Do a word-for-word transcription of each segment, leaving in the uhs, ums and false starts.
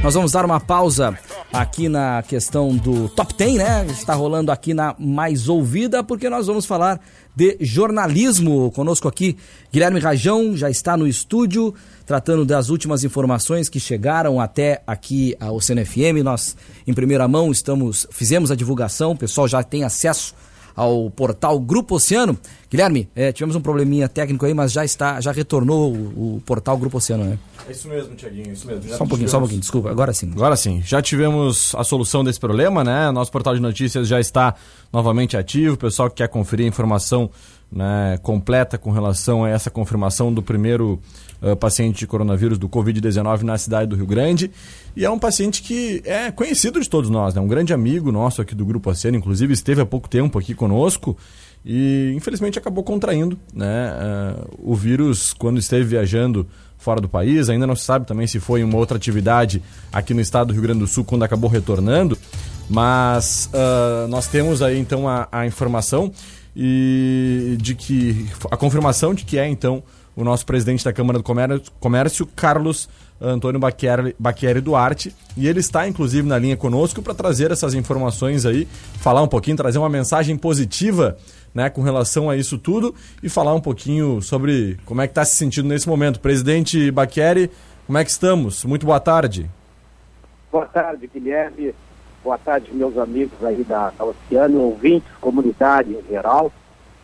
Nós vamos dar uma pausa aqui na questão do Top dez, né? Está rolando aqui na Mais Ouvida, porque nós vamos falar de jornalismo. Conosco aqui, Guilherme Rajão, já está no estúdio, tratando das últimas informações que chegaram até aqui ao C N F M. Nós, em primeira mão, estamos, fizemos a divulgação, o pessoal já tem acesso ao portal Grupo Oceano. Guilherme, é, tivemos um probleminha técnico aí, mas já está, já retornou o, o portal Grupo Oceano, né? É isso mesmo, Tiaguinho, isso mesmo. Já só um pouquinho, tivemos... só um pouquinho, desculpa, agora sim. Agora sim, já tivemos a solução desse problema, né? Nosso portal de notícias já está novamente ativo, o pessoal que quer conferir a informação, né, completa com relação a essa confirmação do primeiro uh, paciente de coronavírus do covid dezenove na cidade do Rio Grande. E é um paciente que é conhecido de todos nós, né? Um grande amigo nosso aqui do Grupo Oceano, inclusive esteve há pouco tempo aqui conosco e infelizmente acabou contraindo, né, uh, o vírus quando esteve viajando fora do país. Ainda não se sabe também se foi em uma outra atividade aqui no estado do Rio Grande do Sul quando acabou retornando, mas uh, nós temos aí então a, a informação e de que a confirmação de que é então o nosso presidente da Câmara do Comércio, Comércio Carlos Antônio Baqueri, Baqueri Duarte, e ele está inclusive na linha conosco para trazer essas informações aí, falar um pouquinho, trazer uma mensagem positiva, né, com relação a isso tudo e falar um pouquinho sobre como é que está se sentindo nesse momento. Presidente Baqueri, como é que estamos? Muito boa tarde. Boa tarde, Guilherme. Boa tarde, meus amigos aí da Oceano, ouvintes, comunidade em geral.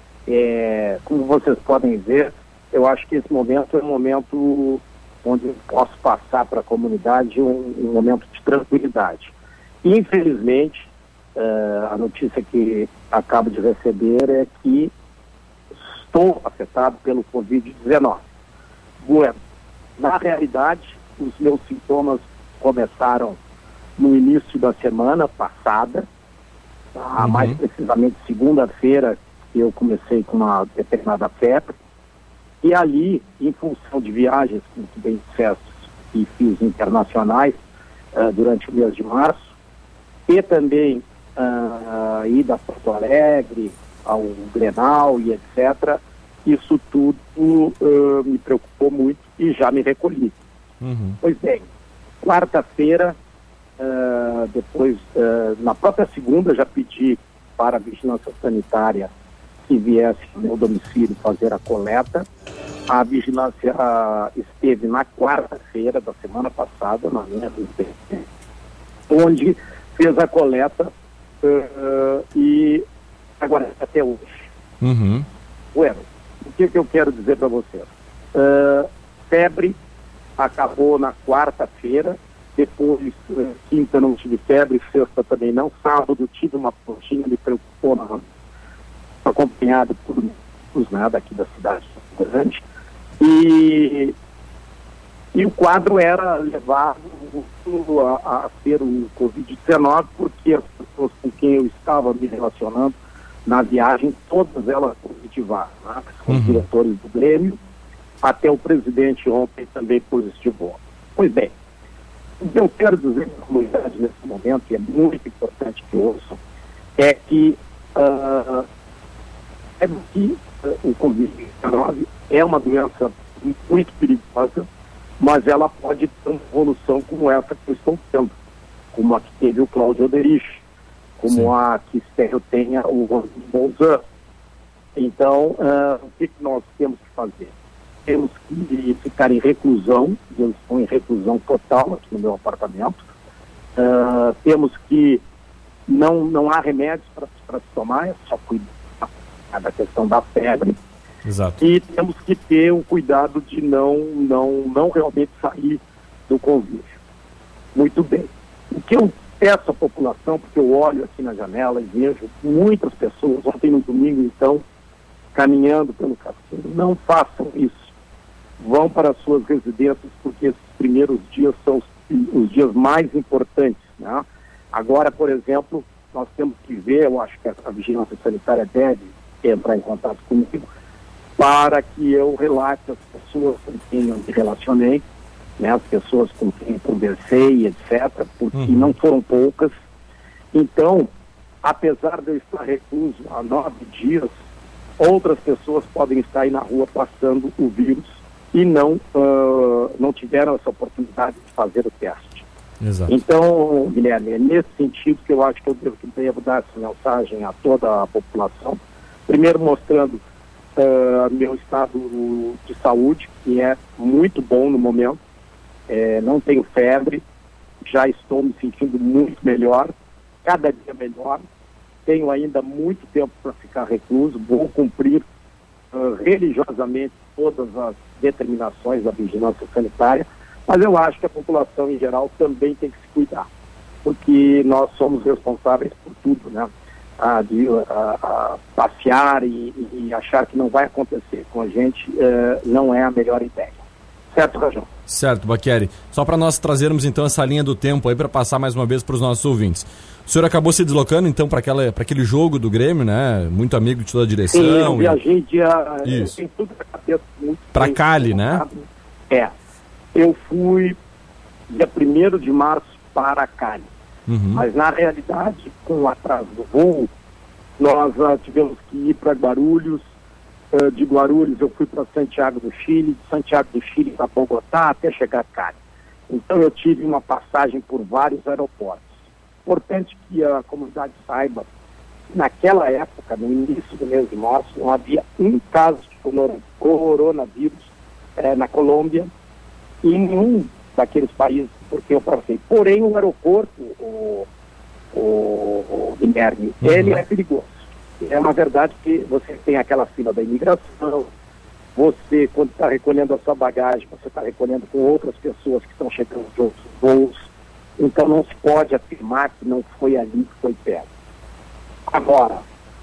É, como vocês podem ver, eu acho que esse momento é um momento onde eu posso passar para a comunidade um, um momento de tranquilidade. Infelizmente, uh, a notícia que acabo de receber é que estou afetado pelo covid dezenove. Bueno, na realidade, os meus sintomas começaram no início da semana passada, tá? Uhum. Mais precisamente segunda-feira, eu comecei com uma determinada febre. E ali, em função de viagens, como tu bem disseste, e fiz internacionais uh, durante o mês de março, e também uh, ida a Porto Alegre, ao Grenal e etcétera, isso tudo uh, me preocupou muito e já me recolhi. Uhum. Pois bem, quarta-feira, uh, depois, uh, na própria segunda, já pedi para a Vigilância Sanitária que viesse ao meu domicílio fazer a coleta. A vigilância uh, esteve na quarta-feira da semana passada, na minha residência, onde fez a coleta uh, e agora até hoje. Uhum. Bueno, o que, que eu quero dizer para vocês? Uh, febre acabou na quarta-feira, depois uh, quinta não tive febre, sexta também não, sábado tive uma pontinha, me preocupou, não, acompanhado por os nada aqui da cidade grande. E, e o quadro era levado a, a ter o covid dezenove, porque as pessoas com quem eu estava me relacionando na viagem, todas elas positivaram, né? Os uhum. diretores do Grêmio, até o presidente ontem também positivou. Pois bem, o que eu quero dizer para a comunidade nesse momento, e é muito importante que ouçam, é que uh, é que uh, o covid dezenove é uma doença muito perigosa, mas ela pode ter uma evolução como essa que eu estou tendo, como a que teve o Cláudio Oderich, como Sim. a que espero tenha o Rodrigo Bolzan. Então, uh, o que, que nós temos que fazer? Temos que ficar em reclusão, eu estou em reclusão total aqui no meu apartamento. Uh, temos que, não, não há remédios para se tomar, é só cuidar da questão da febre. Exato. E temos que ter o cuidado de não, não, não realmente sair do convívio. Muito bem. O que eu peço à população, porque eu olho aqui na janela e vejo muitas pessoas, ontem no domingo, então, caminhando pelo Castelo, não façam isso. Vão para as suas residências, porque esses primeiros dias são os, os dias mais importantes, né? Agora, por exemplo, nós temos que ver, eu acho que a Vigilância Sanitária deve entrar em contato comigo, para que eu relate as pessoas com quem eu me relacionei, né, as pessoas com quem eu conversei, etcétera, porque uhum. não foram poucas. Então, apesar de eu estar recluso há nove dias, outras pessoas podem estar aí na rua passando o vírus e não, uh, não tiveram essa oportunidade de fazer o teste. Exato. Então, Guilherme, é nesse sentido que eu acho que eu devo, que devo dar essa mensagem a toda a população. Primeiro mostrando uh, meu estado de saúde, que é muito bom no momento. É, não tenho febre, já estou me sentindo muito melhor, cada dia melhor. Tenho ainda muito tempo para ficar recluso, vou cumprir uh, religiosamente todas as determinações da vigilância sanitária, mas eu acho que a população em geral também tem que se cuidar, porque nós somos responsáveis por tudo, né? A, de, a, a passear e, e achar que não vai acontecer com a gente uh, não é a melhor ideia. Certo, Rajão? Certo, Bacchieri. Só para nós trazermos então essa linha do tempo aí para passar mais uma vez para os nossos ouvintes. O senhor acabou se deslocando então para aquele jogo do Grêmio, né? Muito amigo de toda a direção. Sim, eu viajei dia... Isso. Eu tudo na cabeça muito para Cali, né? É. Eu fui dia primeiro de março para Cali. Uhum. Mas na realidade, com o atraso do voo, nós uh, tivemos que ir para Guarulhos. Uh, de Guarulhos eu fui para Santiago do Chile, de Santiago do Chile para Bogotá, até chegar a Cali. Então eu tive uma passagem por vários aeroportos. Importante que a comunidade saiba, naquela época, no início do mês de março, não havia um caso de coronavírus eh, na Colômbia e em nenhum daqueles países porque eu passei. Porém, o aeroporto, o, o, o Guilherme, uhum. ele é perigoso. É uma verdade que você tem aquela fila da imigração, você, quando está recolhendo a sua bagagem, você está recolhendo com outras pessoas que estão chegando de outros voos, então não se pode afirmar que não foi ali que foi perto. Agora,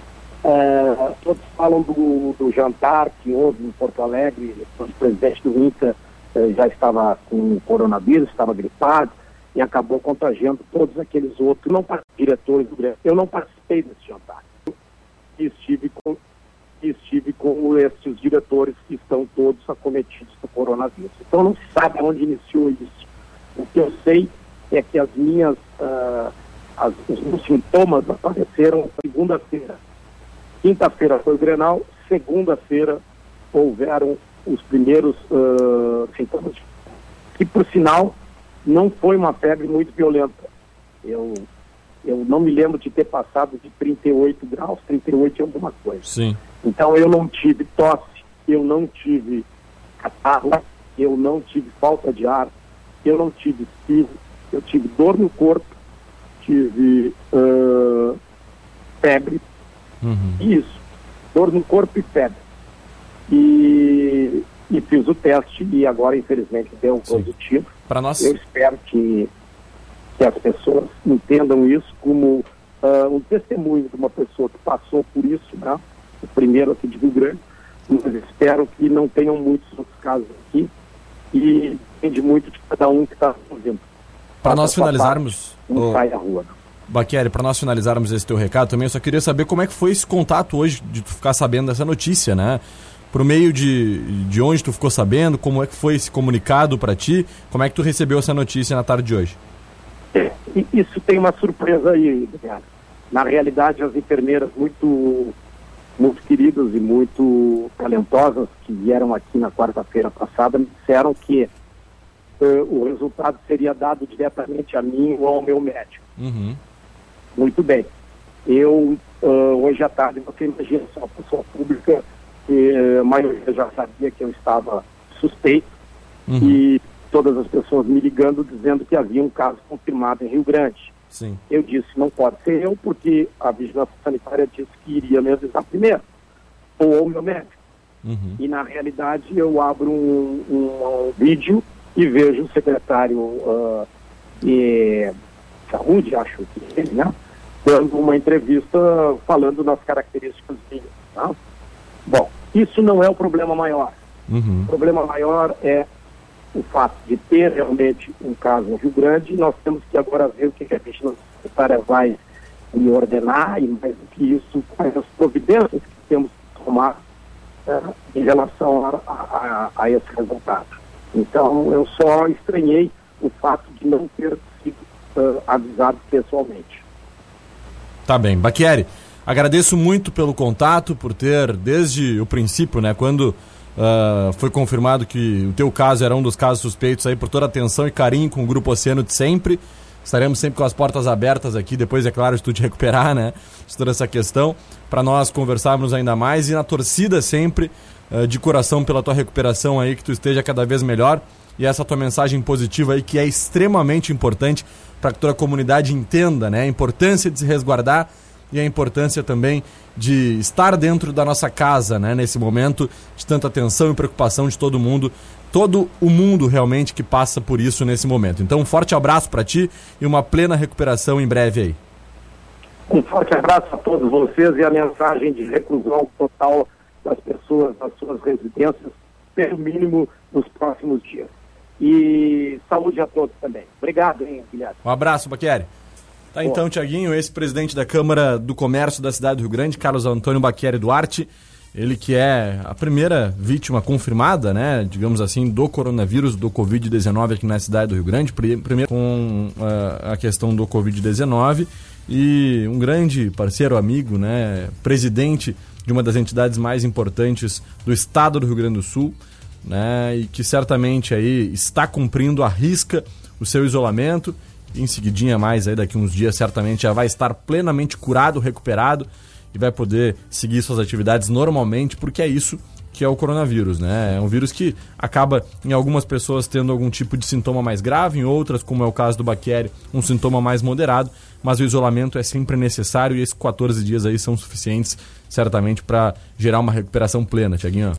é, todos falam do, do jantar que houve em Porto Alegre, o presidente do INCA é, já estava com coronavírus, estava gripado e acabou contagiando todos aqueles outros, não diretores do Grêmio. Eu não participei desse jantar. E estive com, estive com esses diretores que estão todos acometidos do coronavírus. Então não se sabe onde iniciou isso. O que eu sei é que as minhas, uh, as, os meus sintomas apareceram segunda-feira. Quinta-feira foi o Grenal, segunda-feira houveram os primeiros uh, sintomas, que por sinal não foi uma febre muito violenta. Eu... Eu não me lembro de ter passado de trinta e oito graus, trinta e oito e alguma coisa. Sim. Então eu não tive tosse, eu não tive catarro, eu não tive falta de ar, eu não tive espirro, eu tive dor no corpo, tive uh, febre, uhum. isso, dor no corpo e febre. E, e fiz o teste e agora infelizmente deu um positivo. Para nós... Eu espero que que as pessoas entendam isso como uh, um testemunho de uma pessoa que passou por isso, né? O primeiro aqui de Rio Grande, mas espero que não tenham muitos outros casos aqui e depende muito de cada um que está fazendo. Para nós finalizarmos... Não sai à rua, não. Bacchieri, para nós finalizarmos esse teu recado também, eu só queria saber como é que foi esse contato hoje, de tu ficar sabendo dessa notícia, né? Por meio de, de onde tu ficou sabendo, como é que foi esse comunicado para ti, como é que tu recebeu essa notícia na tarde de hoje? É, isso tem uma surpresa aí, Guilherme. Na realidade, as enfermeiras muito, muito queridas e muito talentosas que vieram aqui na quarta-feira passada me disseram que uh, o resultado seria dado diretamente a mim ou ao meu médico. Uhum. Muito bem. Eu, uh, hoje à tarde, você imagina, sou uma pessoa pública, e uh, a maioria já sabia que eu estava suspeito, uhum. e todas as pessoas me ligando dizendo que havia um caso confirmado em Rio Grande. Sim. Eu disse, não pode ser eu, porque a vigilância sanitária disse que iria me avisar primeiro, ou o meu médico. Uhum. E na realidade eu abro um, um, um vídeo e vejo o secretário uh, de saúde, acho que ele, né, dando uma entrevista falando nas características minhas. Tá? Bom, isso não é o problema maior. Uhum. O problema maior é o fato de ter realmente um caso em Rio Grande. Nós temos que agora ver o que a vigilância sanitária vai me ordenar e, mais do que isso, quais as providências que temos que tomar uh, em relação a, a, a esse resultado. Então, eu só estranhei o fato de não ter sido uh, avisado pessoalmente. Tá bem. Bacchieri, agradeço muito pelo contato, por ter, desde o princípio, né, quando Uh, foi confirmado que o teu caso era um dos casos suspeitos aí, por toda a atenção e carinho com o Grupo Oceano de sempre. Estaremos sempre com as portas abertas aqui, depois, é claro, de tu te recuperar, né, de toda essa questão, para nós conversarmos ainda mais, e na torcida sempre, uh, de coração pela tua recuperação aí, que tu esteja cada vez melhor, e essa tua mensagem positiva aí, que é extremamente importante para que toda a comunidade entenda, né, a importância de se resguardar e a importância também de estar dentro da nossa casa, né, nesse momento de tanta atenção e preocupação de todo mundo, todo o mundo realmente que passa por isso nesse momento. Então um forte abraço para ti e uma plena recuperação em breve aí. Um forte abraço a todos vocês, e a mensagem de reclusão total das pessoas nas suas residências, pelo mínimo nos próximos dias. E saúde a todos também. Obrigado, hein, Guilherme. Um abraço, Baqueri. Tá, então, Tiaguinho, esse presidente da Câmara do Comércio da cidade do Rio Grande, Carlos Antônio Baqueri Duarte, ele que é a primeira vítima confirmada, né, digamos assim, do coronavírus, do covid dezenove aqui na cidade do Rio Grande, primeiro com uh, a questão do covid dezenove, e um grande parceiro, amigo, né, presidente de uma das entidades mais importantes do estado do Rio Grande do Sul, né, e que certamente aí está cumprindo à risca o seu isolamento. Em seguidinha mais, aí daqui uns dias, certamente já vai estar plenamente curado, recuperado, e vai poder seguir suas atividades normalmente, porque é isso que é o coronavírus, né? É um vírus que acaba, em algumas pessoas, tendo algum tipo de sintoma mais grave, em outras, como é o caso do Baqueri, um sintoma mais moderado, mas o isolamento é sempre necessário, e esses quatorze dias aí são suficientes, certamente, para gerar uma recuperação plena, Tiaguinho.